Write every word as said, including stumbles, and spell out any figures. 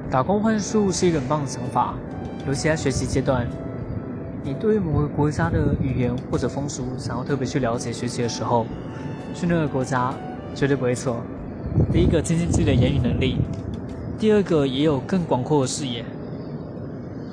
打工换宿是一个很棒的想法，尤其在学习阶段，你对于某个国家的语言或者风俗想要特别去了解学习的时候，去那个国家绝对不会错。第一个，增进自己的言语能力；第二个，也有更广阔的视野。